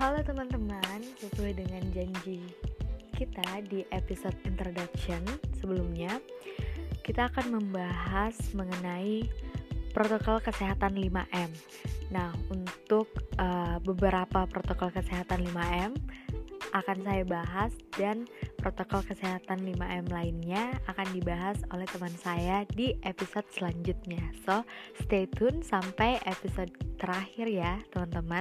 Halo teman-teman, sesuai dengan janji kita di episode introduction sebelumnya, kita akan membahas mengenai protokol kesehatan 5M. Nah, untuk beberapa protokol kesehatan 5M akan saya bahas, dan protokol kesehatan 5M lainnya akan dibahas oleh teman saya di episode selanjutnya. So, stay tune sampai episode terakhir ya, teman-teman.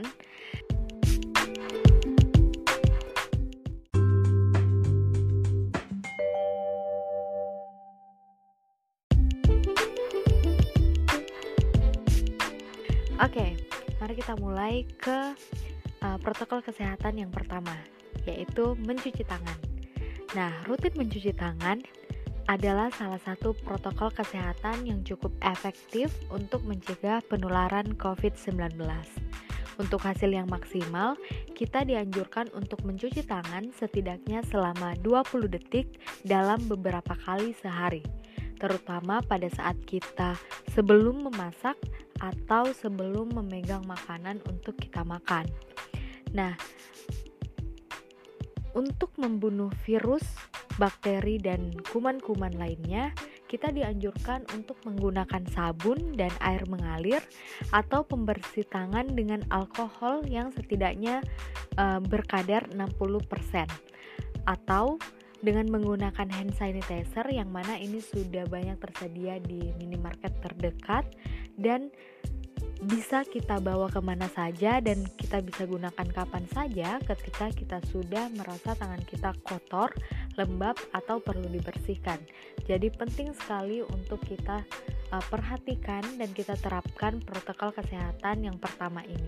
Oke, mari kita mulai ke protokol kesehatan yang pertama, yaitu mencuci tangan. Nah, rutin mencuci tangan adalah salah satu protokol kesehatan yang cukup efektif untuk mencegah penularan COVID-19. Untuk hasil yang maksimal, kita dianjurkan untuk mencuci tangan setidaknya selama 20 detik dalam beberapa kali sehari, terutama pada saat kita sebelum memasak atau sebelum memegang makanan untuk kita makan. Nah, untuk membunuh virus, bakteri, dan kuman-kuman lainnya, kita dianjurkan untuk menggunakan sabun dan air mengalir atau pembersih tangan dengan alkohol yang setidaknya berkadar 60%, atau dengan menggunakan hand sanitizer yang mana ini sudah banyak tersedia di minimarket terdekat dan bisa kita bawa kemana saja dan kita bisa gunakan kapan saja ketika kita sudah merasa tangan kita kotor, lembab, atau perlu dibersihkan. Jadi penting sekali untuk kita perhatikan dan kita terapkan protokol kesehatan yang pertama ini.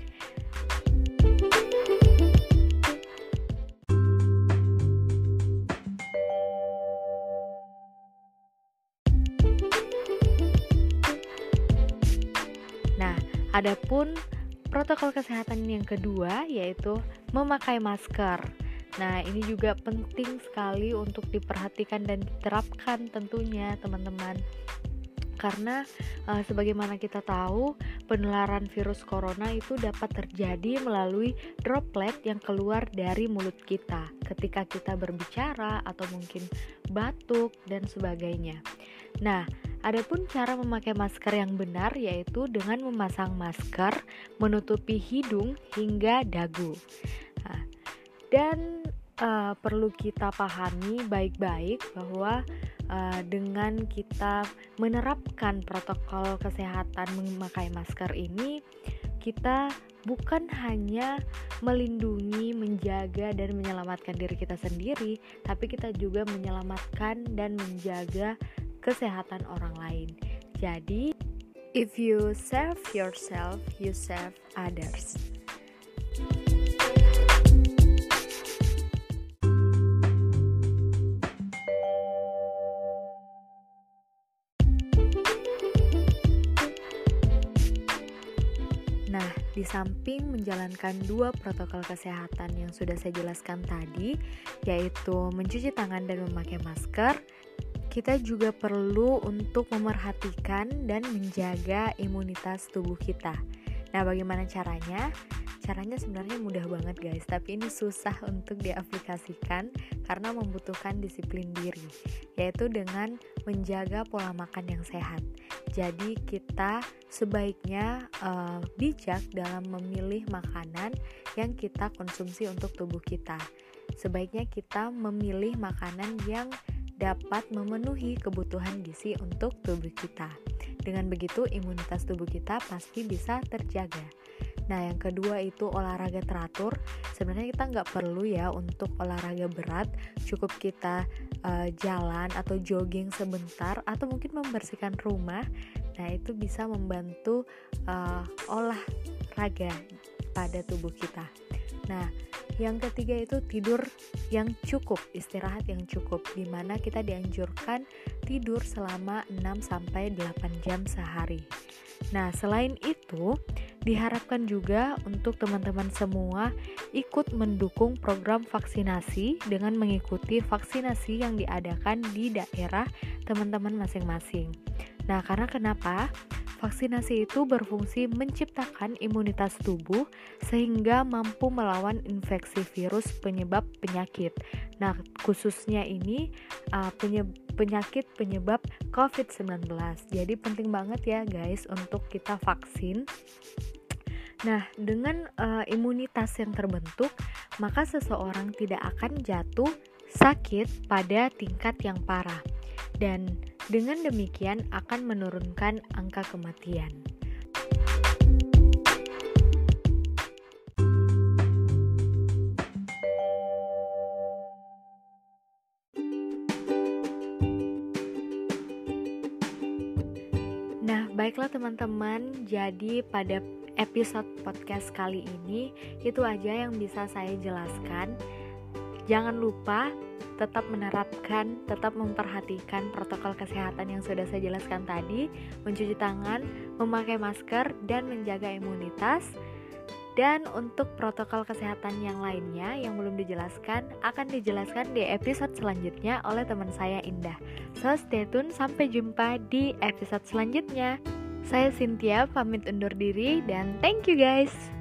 Adapun protokol kesehatan yang kedua yaitu memakai masker. Nah, ini juga penting sekali untuk diperhatikan dan diterapkan tentunya teman-teman. Karena sebagaimana kita tahu, penularan virus corona itu dapat terjadi melalui droplet yang keluar dari mulut kita ketika kita berbicara atau mungkin batuk dan sebagainya. Nah, adapun cara memakai masker yang benar yaitu dengan memasang masker menutupi hidung hingga dagu. Nah, dan perlu kita pahami baik-baik bahwa dengan kita menerapkan protokol kesehatan memakai masker ini, kita bukan hanya melindungi, menjaga, dan menyelamatkan diri kita sendiri, tapi kita juga menyelamatkan dan menjaga kesehatan orang lain. Jadi, if you save yourself, you save others. Nah, di samping menjalankan dua protokol kesehatan yang sudah saya jelaskan tadi, yaitu mencuci tangan dan memakai masker, kita juga perlu untuk memerhatikan dan menjaga imunitas tubuh kita. Nah, bagaimana caranya? Caranya sebenarnya mudah banget guys, tapi ini susah untuk diaplikasikan karena membutuhkan disiplin diri, yaitu dengan menjaga pola makan yang sehat. Jadi kita sebaiknya bijak dalam memilih makanan yang kita konsumsi untuk tubuh kita. Sebaiknya kita memilih makanan yang dapat memenuhi kebutuhan gizi untuk tubuh kita. Dengan begitu imunitas tubuh kita pasti bisa terjaga. Nah, yang kedua itu olahraga teratur. Sebenarnya kita nggak perlu ya untuk olahraga berat, cukup kita jalan atau jogging sebentar atau mungkin membersihkan rumah. Nah, itu bisa membantu olahraga pada tubuh kita. Nah, yang ketiga itu tidur yang cukup, istirahat yang cukup, di mana kita dianjurkan tidur selama 6-8 jam sehari. Nah, selain itu, diharapkan juga untuk teman-teman semua ikut mendukung program vaksinasi dengan mengikuti vaksinasi yang diadakan di daerah teman-teman masing-masing. Nah, karena kenapa? Vaksinasi itu berfungsi menciptakan imunitas tubuh sehingga mampu melawan infeksi virus penyebab penyakit. Nah, khususnya ini penyakit penyebab COVID-19. Jadi penting banget ya guys untuk kita vaksin. Nah, dengan imunitas yang terbentuk, maka seseorang tidak akan jatuh sakit pada tingkat yang parah. Dan dengan demikian akan menurunkan angka kematian. Nah, baiklah teman-teman, jadi pada episode podcast kali ini itu aja yang bisa saya jelaskan. Jangan lupa tetap menerapkan, tetap memperhatikan protokol kesehatan yang sudah saya jelaskan tadi, mencuci tangan, memakai masker, dan menjaga imunitas. Dan untuk protokol kesehatan yang lainnya yang belum dijelaskan, akan dijelaskan di episode selanjutnya oleh teman saya Indah. So stay tune, sampai jumpa di episode selanjutnya. Saya Cynthia, pamit undur diri dan thank you guys.